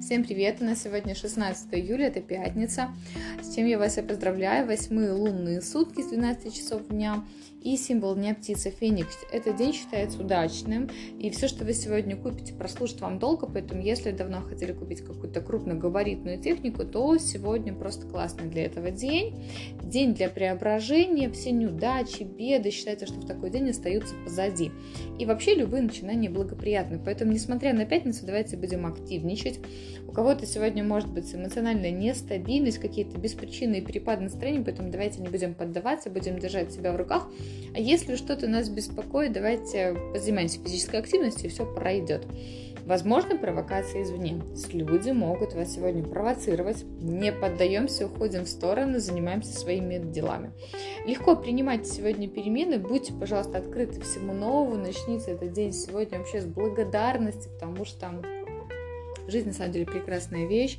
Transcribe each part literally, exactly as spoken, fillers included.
Всем привет! У нас сегодня шестнадцатое июля, это пятница, с чем я вас и поздравляю. Восьмые лунные сутки с двенадцати часов дня и символ дня птица Феникс. Этот день считается удачным, и все, что вы сегодня купите, прослужит вам долго, поэтому если давно хотели купить какую-то крупногабаритную технику, то сегодня просто классный для этого день. День для преображения, все неудачи, беды, считается, что в такой день остаются позади. И вообще любые начинания благоприятны, поэтому, несмотря на пятницу, давайте будем активничать. У кого-то сегодня может быть эмоциональная нестабильность, какие-то беспричинные перепады настроения, поэтому давайте не будем поддаваться, будем держать себя в руках. А если что-то нас беспокоит, давайте позанимаемся физической активностью, и все пройдет. Возможно, провокации извне. Люди могут вас сегодня провоцировать. Не поддаемся, уходим в сторону, занимаемся своими делами. Легко принимайте сегодня перемены, будьте, пожалуйста, открыты всему новому, начните этот день сегодня вообще с благодарности, потому что жизнь, на самом деле, прекрасная вещь,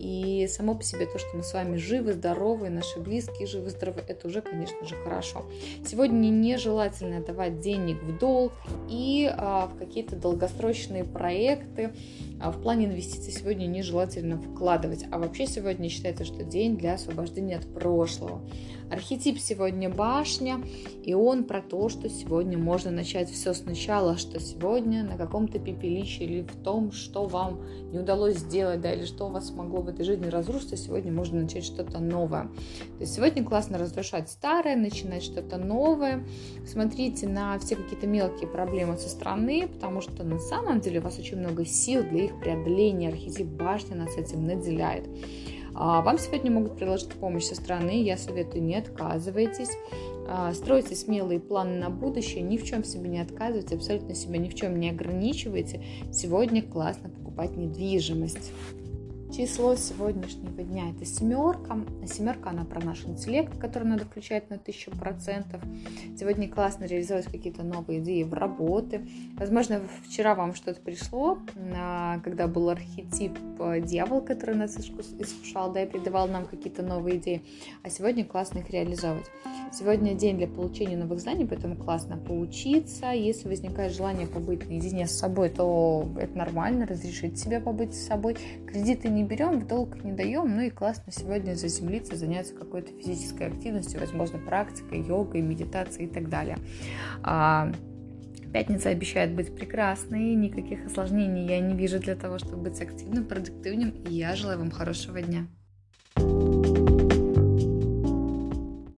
и само по себе то, что мы с вами живы, здоровы, наши близкие живы, здоровы, это уже, конечно же, хорошо. Сегодня нежелательно давать денег в долг и а, в какие-то долгосрочные проекты. А в плане инвестиций сегодня нежелательно вкладывать, а вообще сегодня считается, что день для освобождения от прошлого. Архетип сегодня башня, и он про то, что сегодня можно начать все сначала, что сегодня на каком-то пепелище или в том, что вам не удалось сделать, да, или что у вас могло в этой жизни разрушиться, сегодня можно начать что-то новое. То есть сегодня классно разрушать старое, начинать что-то новое. Смотрите на все какие-то мелкие проблемы со стороны, потому что на самом деле у вас очень много сил для их преодоления. Архетип башни нас этим наделяет. Вам сегодня могут предложить помощь со стороны, я советую, не отказывайтесь. Стройте смелые планы на будущее, ни в чем себе не отказывайте, абсолютно себя ни в чем не ограничивайте. Сегодня классно покупать недвижимость. Число сегодняшнего дня – это семерка. Семерка, она про наш интеллект, который надо включать на тысячу процентов. Сегодня классно реализовать какие-то новые идеи в работе. Возможно, вчера вам что-то пришло, когда был архетип дьявол, который нас искушал, да, и придавал нам какие-то новые идеи. А сегодня классно их реализовывать. Сегодня день для получения новых знаний, поэтому классно поучиться. Если возникает желание побыть наедине с собой, то это нормально, разрешите себе побыть с собой. Кредиты не берем, в долг не даем, ну и классно сегодня заземлиться, заняться какой-то физической активностью, возможно, практикой, йогой, медитацией и так далее. Пятница обещает быть прекрасной, никаких осложнений я не вижу для того, чтобы быть активным, продуктивным, и я желаю вам хорошего дня.